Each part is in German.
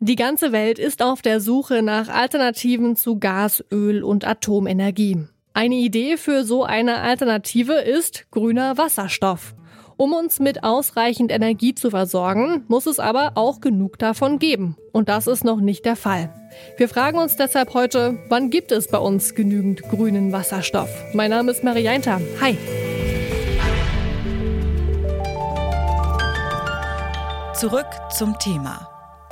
Die ganze Welt ist auf der Suche nach Alternativen zu Gas, Öl und Atomenergie. Eine Idee für so eine Alternative ist grüner Wasserstoff. Um uns mit ausreichend Energie zu versorgen, muss es aber auch genug davon geben. Und das ist noch nicht der Fall. Wir fragen uns deshalb heute, wann gibt es bei uns genügend grünen Wasserstoff? Mein Name ist Marianta. Hi. Zurück zum Thema.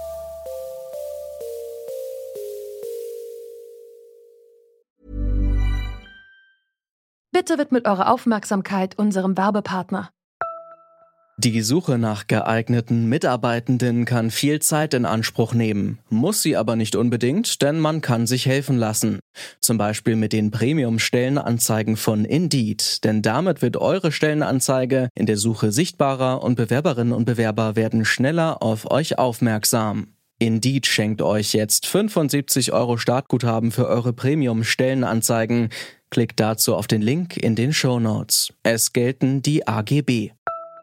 Bitte widmet eure Aufmerksamkeit unserem Werbepartner. Die Suche nach geeigneten Mitarbeitenden kann viel Zeit in Anspruch nehmen, muss sie aber nicht unbedingt, denn man kann sich helfen lassen. Zum Beispiel mit den Premium-Stellenanzeigen von Indeed, denn damit wird eure Stellenanzeige in der Suche sichtbarer und Bewerberinnen und Bewerber werden schneller auf euch aufmerksam. Indeed schenkt euch jetzt 75 € Startguthaben für eure Premium-Stellenanzeigen. Klickt dazu auf den Link in den Shownotes. Es gelten die AGB.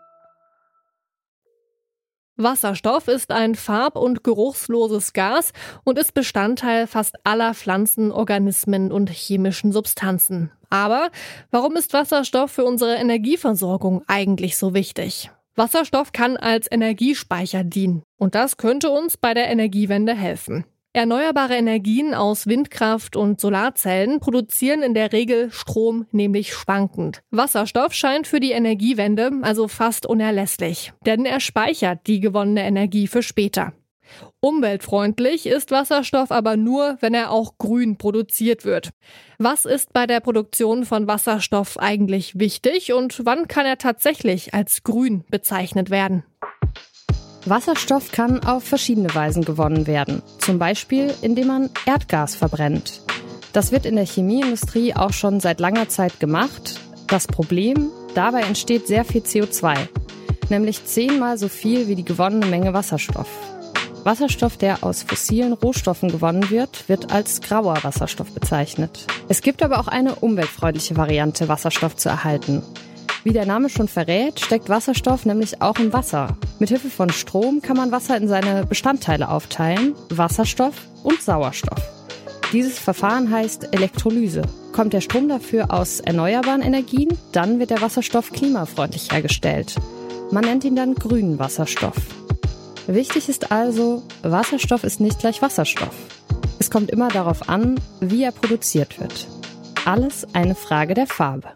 Wasserstoff ist ein farb- und geruchsloses Gas und ist Bestandteil fast aller Pflanzen, Organismen und chemischen Substanzen. Aber warum ist Wasserstoff für unsere Energieversorgung eigentlich so wichtig? Wasserstoff kann als Energiespeicher dienen und das könnte uns bei der Energiewende helfen. Erneuerbare Energien aus Windkraft und Solarzellen produzieren in der Regel Strom, nämlich schwankend. Wasserstoff scheint für die Energiewende also fast unerlässlich, denn er speichert die gewonnene Energie für später. Umweltfreundlich ist Wasserstoff aber nur, wenn er auch grün produziert wird. Was ist bei der Produktion von Wasserstoff eigentlich wichtig und wann kann er tatsächlich als grün bezeichnet werden? Wasserstoff kann auf verschiedene Weisen gewonnen werden. Zum Beispiel, indem man Erdgas verbrennt. Das wird in der Chemieindustrie auch schon seit langer Zeit gemacht. Das Problem, dabei entsteht sehr viel CO2, nämlich 10-mal so viel wie die gewonnene Menge Wasserstoff. Wasserstoff, der aus fossilen Rohstoffen gewonnen wird, wird als grauer Wasserstoff bezeichnet. Es gibt aber auch eine umweltfreundliche Variante, Wasserstoff zu erhalten. Wie der Name schon verrät, steckt Wasserstoff nämlich auch im Wasser. Mithilfe von Strom kann man Wasser in seine Bestandteile aufteilen, Wasserstoff und Sauerstoff. Dieses Verfahren heißt Elektrolyse. Kommt der Strom dafür aus erneuerbaren Energien, dann wird der Wasserstoff klimafreundlich hergestellt. Man nennt ihn dann grünen Wasserstoff. Wichtig ist also, Wasserstoff ist nicht gleich Wasserstoff. Es kommt immer darauf an, wie er produziert wird. Alles eine Frage der Farbe.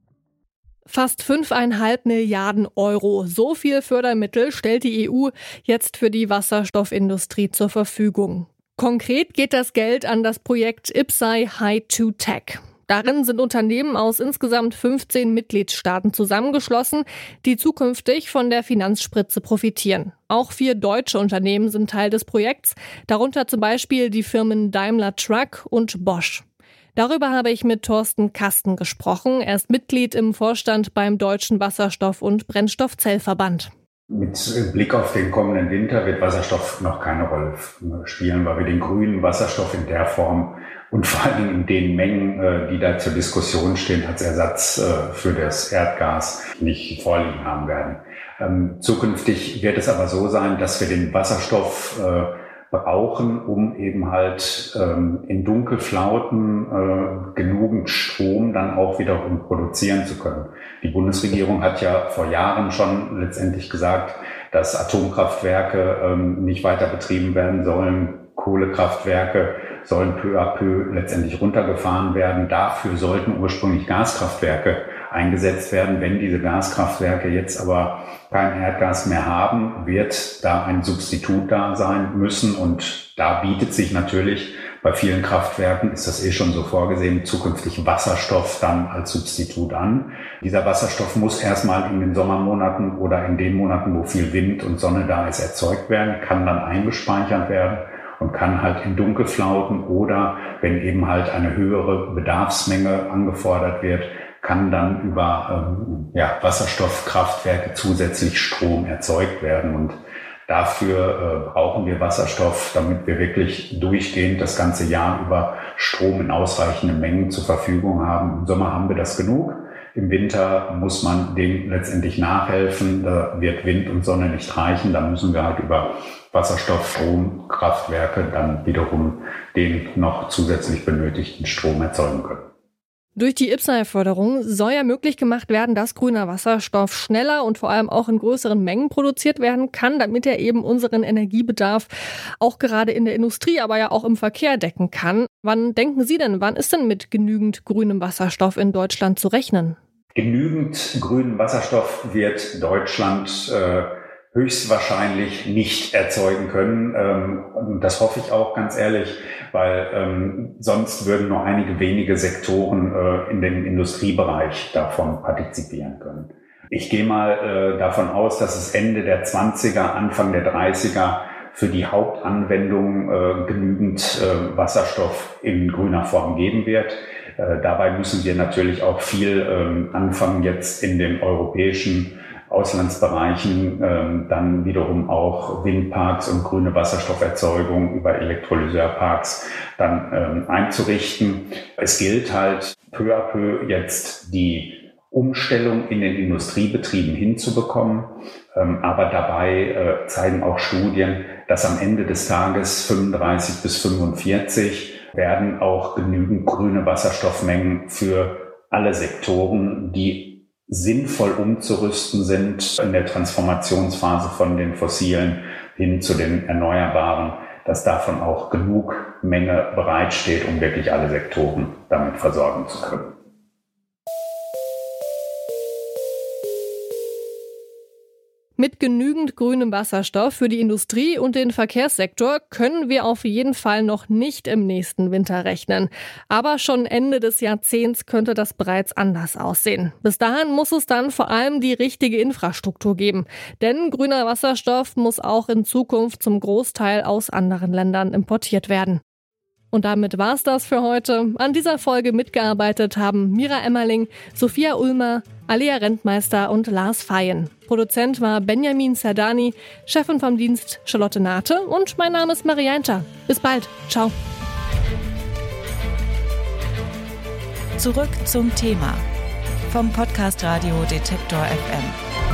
Fast 5,5 Milliarden €. So viel Fördermittel stellt die EU jetzt für die Wasserstoffindustrie zur Verfügung. Konkret geht das Geld an das Projekt IPCEI Hy2Tech. Darin sind Unternehmen aus insgesamt 15 Mitgliedstaaten zusammengeschlossen, die zukünftig von der Finanzspritze profitieren. Auch 4 deutsche Unternehmen sind Teil des Projekts, darunter zum Beispiel die Firmen Daimler Truck und Bosch. Darüber habe ich mit Thorsten Kasten gesprochen. Er ist Mitglied im Vorstand beim Deutschen Wasserstoff- und Brennstoffzellverband. Mit Blick auf den kommenden Winter wird Wasserstoff noch keine Rolle spielen, weil wir den grünen Wasserstoff in der Form und vor allem in den Mengen, die da zur Diskussion stehen, als Ersatz für das Erdgas nicht vorliegen haben werden. Zukünftig wird es aber so sein, dass wir den Wasserstoff brauchen, um eben halt in Dunkelflauten genügend Strom dann auch wiederum produzieren zu können. Die Bundesregierung hat ja vor Jahren schon letztendlich gesagt, dass Atomkraftwerke nicht weiter betrieben werden sollen. Kohlekraftwerke sollen peu à peu letztendlich runtergefahren werden. Dafür sollten ursprünglich Gaskraftwerke eingesetzt werden. Wenn diese Gaskraftwerke jetzt aber kein Erdgas mehr haben, wird da ein Substitut da sein müssen. Und da bietet sich natürlich, bei vielen Kraftwerken ist das schon so vorgesehen, zukünftig Wasserstoff dann als Substitut an. Dieser Wasserstoff muss erstmal in den Sommermonaten oder in den Monaten, wo viel Wind und Sonne da ist, erzeugt werden, kann dann eingespeichert werden und kann halt in Dunkelflauten oder wenn eben halt eine höhere Bedarfsmenge angefordert wird, kann dann über Wasserstoffkraftwerke zusätzlich Strom erzeugt werden. Und dafür brauchen wir Wasserstoff, damit wir wirklich durchgehend das ganze Jahr über Strom in ausreichenden Mengen zur Verfügung haben. Im Sommer haben wir das genug. Im Winter muss man dem letztendlich nachhelfen. Da wird Wind und Sonne nicht reichen. Da müssen wir halt über Wasserstoff, Stromkraftwerke dann wiederum den noch zusätzlich benötigten Strom erzeugen können. Durch die IPCEI-Förderung soll ja möglich gemacht werden, dass grüner Wasserstoff schneller und vor allem auch in größeren Mengen produziert werden kann, damit er eben unseren Energiebedarf auch gerade in der Industrie, aber ja auch im Verkehr decken kann. Wann denken Sie denn, wann ist denn mit genügend grünem Wasserstoff in Deutschland zu rechnen? Genügend grünen Wasserstoff wird Deutschland höchstwahrscheinlich nicht erzeugen können. Und das hoffe ich auch ganz ehrlich, weil sonst würden nur einige wenige Sektoren in dem Industriebereich davon partizipieren können. Ich gehe mal davon aus, dass es Ende der 20er, Anfang der 30er für die Hauptanwendung genügend Wasserstoff in grüner Form geben wird. Dabei müssen wir natürlich auch viel anfangen, jetzt in den europäischen Auslandsbereichen dann wiederum auch Windparks und grüne Wasserstofferzeugung über Elektrolyseurparks dann einzurichten. Es gilt halt peu à peu jetzt die Umstellung in den Industriebetrieben hinzubekommen. Aber dabei zeigen auch Studien, dass am Ende des Tages 35 bis 45 werden auch genügend grüne Wasserstoffmengen für alle Sektoren, die sinnvoll umzurüsten sind in der Transformationsphase von den fossilen hin zu den Erneuerbaren, dass davon auch genug Menge bereitsteht, um wirklich alle Sektoren damit versorgen zu können. Mit genügend grünem Wasserstoff für die Industrie und den Verkehrssektor können wir auf jeden Fall noch nicht im nächsten Winter rechnen. Aber schon Ende des Jahrzehnts könnte das bereits anders aussehen. Bis dahin muss es dann vor allem die richtige Infrastruktur geben. Denn grüner Wasserstoff muss auch in Zukunft zum Großteil aus anderen Ländern importiert werden. Und damit war's das für heute. An dieser Folge mitgearbeitet haben Mira Emmerling, Sophia Ulmer, Alia Rentmeister und Lars Feyen. Produzent war Benjamin Zerdani, Chefin vom Dienst Charlotte Nate und mein Name ist Marianta. Bis bald. Ciao. Zurück zum Thema vom Podcast Radio Detektor FM.